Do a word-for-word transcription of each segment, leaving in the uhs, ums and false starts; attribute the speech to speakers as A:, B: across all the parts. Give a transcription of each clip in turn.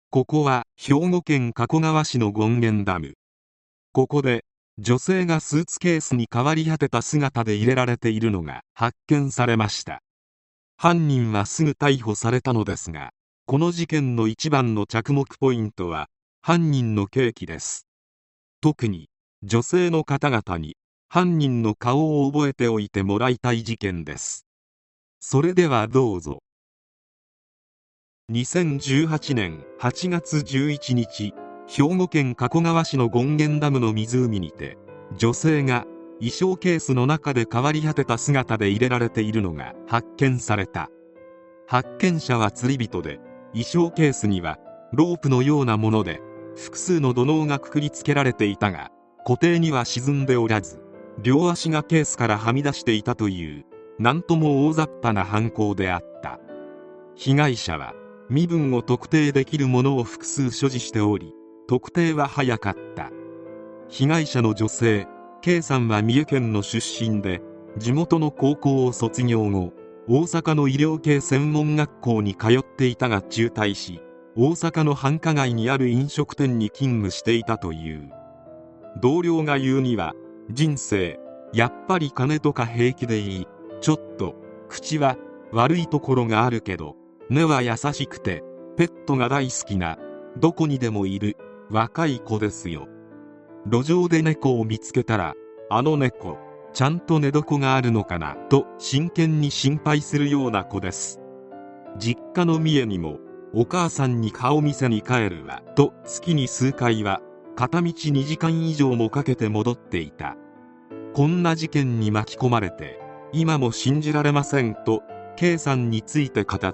A: ここは兵庫県加古川市の権現ダム。ここで女性がスーツケースに変わり果てた姿で入れられているのが発見されました。犯人はすぐ逮捕されたのですが、この事件の一番の着目ポイントは犯人の刑期です。特に女性の方々に犯人の顔を覚えておいてもらいたい事件です。それではどうぞ。にせんじゅうはちねんはちがつじゅういちにち、兵庫県加古川市の権現ダムの湖にて、女性が衣装ケースの中で変わり果てた姿で入れられているのが発見された。発見者は釣り人で、衣装ケースにはロープのようなもので複数の土のうがくくりつけられていたが、固定には沈んでおらず、両足がケースからはみ出していたという、なんとも大雑把な犯行であった。被害者は身分を特定できるものを複数所持しており、特定は早かった。被害者の女性 K さんは三重県の出身で、地元の高校を卒業後、大阪の医療系専門学校に通っていたが中退し、大阪の繁華街にある飲食店に勤務していたという。同僚が言うには、人生やっぱり金とか平気でいい、ちょっと口は悪いところがあるけど根は優しくてペットが大好きな、どこにでもいる若い子ですよ。路上で猫を見つけたら、あの猫ちゃんと寝床があるのかなと真剣に心配するような子です。実家の三重にもお母さんに顔見せに帰るわと月に数回は片道にじかん以上もかけて戻っていた。こんな事件に巻き込まれて今も信じられませんと K さんについて語った。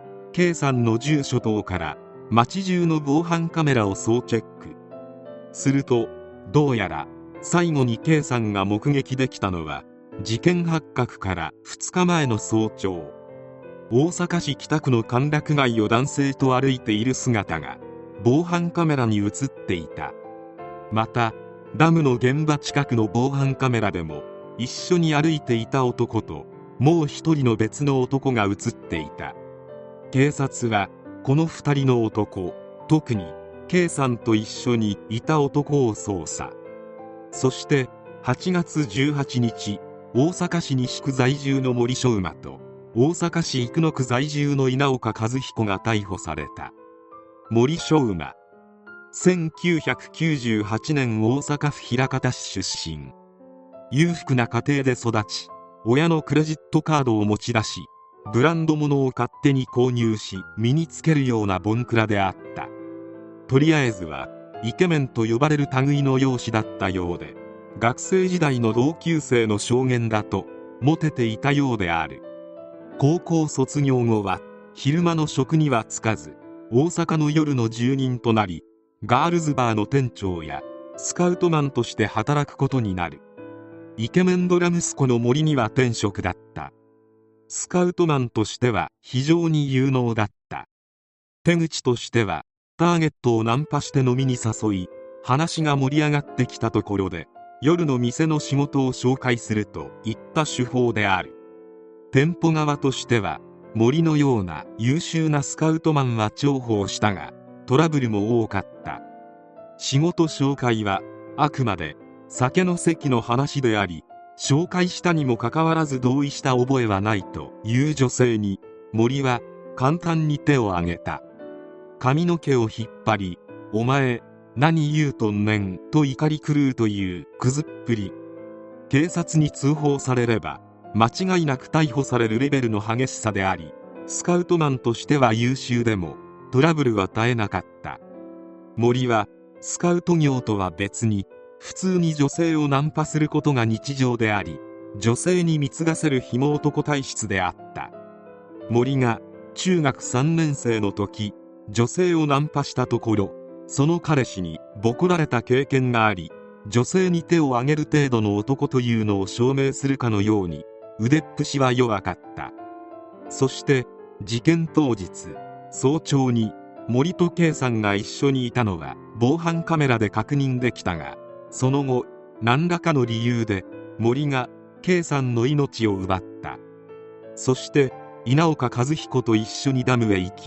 A: K さんの住所等から街中の防犯カメラを総チェックすると、どうやら最後に K さんが目撃できたのは事件発覚からふつかまえの早朝、大阪市北区の歓楽街を男性と歩いている姿が防犯カメラに映っていた。またダムの現場近くの防犯カメラでも一緒に歩いていた男ともう一人の別の男が映っていた。警察はこの二人の男、特に K さんと一緒にいた男を捜査。そしてはちがつじゅうはちにち、大阪市西区在住の森翔馬と大阪市生野区在住の稲岡和彦が逮捕された。森翔馬、せんきゅうひゃくきゅうじゅうはちねん大阪府枚方市出身。裕福な家庭で育ち、親のクレジットカードを持ち出し、ブランド物を勝手に購入し身につけるようなボンクラであった。とりあえずはイケメンと呼ばれる類の容姿だったようで、学生時代の同級生の証言だとモテていたようである。高校卒業後は昼間の職には就かず、大阪の夜の住人となり、ガールズバーの店長やスカウトマンとして働くことになる。イケメンドラ息子の森には転職だった。スカウトマンとしては非常に有能だった。手口としてはターゲットをナンパして飲みに誘い、話が盛り上がってきたところで夜の店の仕事を紹介するといった手法である。店舗側としては森のような優秀なスカウトマンは重宝したが、トラブルも多かった。仕事紹介はあくまで酒の席の話であり、紹介したにもかかわらず同意した覚えはないという女性に森は簡単に手を挙げた。髪の毛を引っ張り、お前何言うとんねんと怒り狂うというくずっぷり。警察に通報されれば間違いなく逮捕されるレベルの激しさであり、スカウトマンとしては優秀でもトラブルは絶えなかった。森はスカウト業とは別に普通に女性をナンパすることが日常であり、女性に貢がせる紐男体質であった。森が中学さんねん生の時、女性をナンパしたところ、その彼氏にボコられた経験があり、女性に手を挙げる程度の男というのを証明するかのように腕っぷしは弱かった。そして事件当日早朝に森と K さんが一緒にいたのは防犯カメラで確認できたが、その後何らかの理由で森が K さんの命を奪った。そして稲岡和彦と一緒にダムへ行き、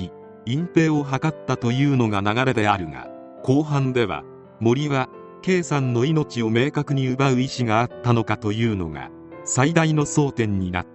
A: 隠蔽を図ったというのが流れであるが、後半では森は K さんの命を明確に奪う意思があったのかというのが最大の争点になった。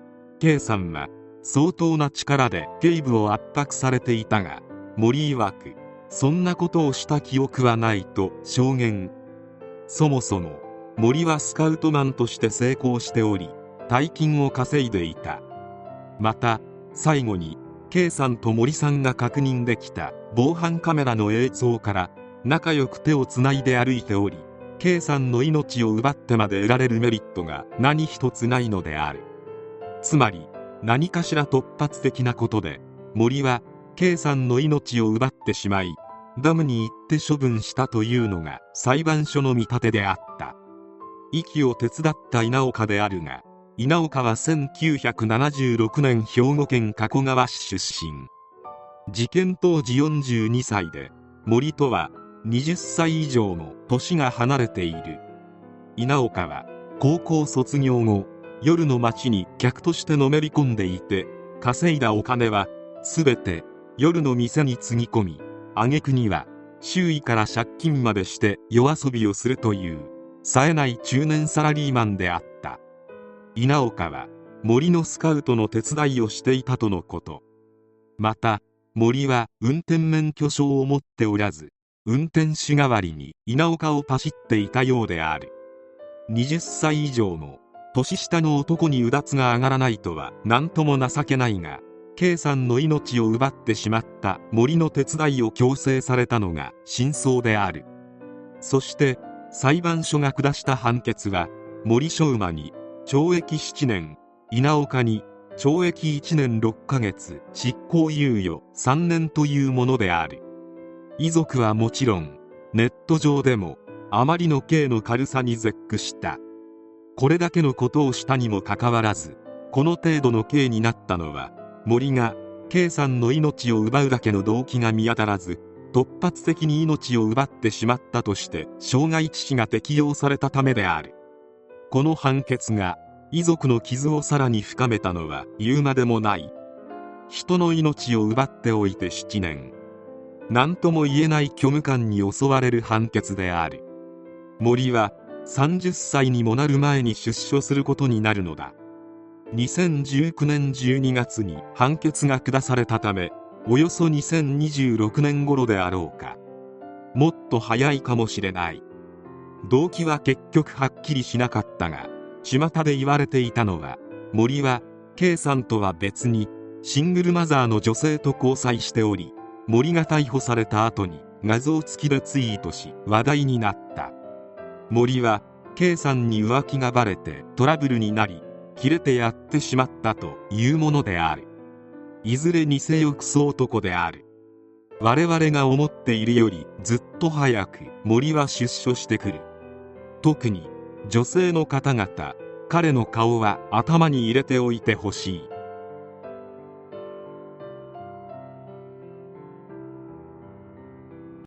A: K さんは相当な力で頸部を圧迫されていたが、森曰くそんなことをした記憶はないと証言。そもそも森はスカウトマンとして成功しており、大金を稼いでいた。また最後に K さんと森さんが確認できた防犯カメラの映像から仲良く手をつないで歩いており、 K さんの命を奪ってまで得られるメリットが何一つないのである。つまり何かしら突発的なことで森は K さんの命を奪ってしまい、ダムに行って処分したというのが裁判所の見立てであった。遺棄を手伝った稲岡であるが、稲岡はせんきゅうひゃくななじゅうろくねん兵庫県加古川市出身。事件当時よんじゅうにさいで、森とははたち以上の年が離れている。稲岡は高校卒業後、夜の街に客としてのめり込んでいて、稼いだお金は全て夜の店につぎ込み、挙句には周囲から借金までして夜遊びをするという冴えない中年サラリーマンであった。稲岡は森のスカウトの手伝いをしていたとのこと。また森は運転免許証を持っておらず、運転手代わりに稲岡をパシっていたようである。はたち以上の年下の男にうだつが上がらないとは何とも情けないが、 K さんの命を奪ってしまった森の手伝いを強制されたのが真相である。そして裁判所が下した判決は、森翔馬にちょうえきななねん、稲岡にちょうえきいちねんろっかげつ執行猶予さんねんというものである。遺族はもちろんネット上でもあまりの刑の軽さに絶句した。これだけのことをしたにもかかわらず、この程度の刑になったのは森が K さんの命を奪うだけの動機が見当たらず、突発的に命を奪ってしまったとして傷害致死が適用されたためである。この判決が遺族の傷をさらに深めたのは言うまでもない。人の命を奪っておいてななねん、何とも言えない虚無感に襲われる判決である。森はさんじゅっさいにもなる前に出所することになるのだ。にせんじゅうきゅうねんじゅうにがつに判決が下されたため、およそにせんにじゅうろくねん頃であろうか、もっと早いかもしれない。動機は結局はっきりしなかったが、巷で言われていたのは、森は K さんとは別にシングルマザーの女性と交際しており、森が逮捕された後に画像付きでツイートし話題になった。森は K さんに浮気がバレてトラブルになり、切れてやってしまったというものである。いずれにせよクソ男である。我々が思っているよりずっと早く森は出所してくる。特に女性の方々、彼の顔は頭に入れておいてほしい。